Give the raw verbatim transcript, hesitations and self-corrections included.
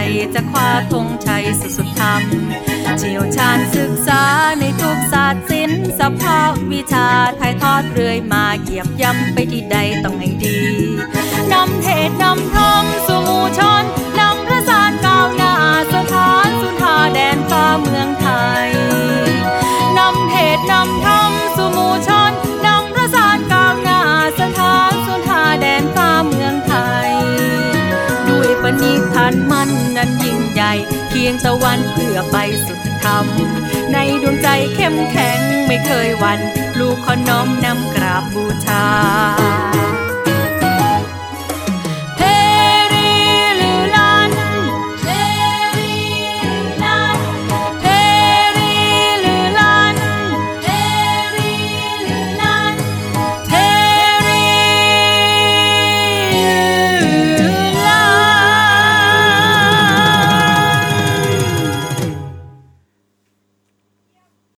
จะคว้าธงชัยสุดสุดธรรมเชี่ยวชาญศึกษาในทุกศาสตร์ศิลป์เฉพาะวิชาถ่ายทอดเรื่อยมาเหยียบย่ำไปที่ใดต้องให้ดีนำเทศนำธรรมสู่หมู่ชนนำพระสารก้าวหน้าสถานสุนทาแดนฟ้าเมืองไทยนำเทศนำธรรมสู่หมู่ชนนำพระสารก้าวหน้าสถานสุนทาแดนฟ้าเมืองไทยด้วยปณิธานมั่นนั้นยิ่งใหญ่เพียงตะวันเพื่อไปสุดธรรมในดวงใจเข้มแข็งไม่เคยหวั่นลูกขอน้อมนำกราบบูชา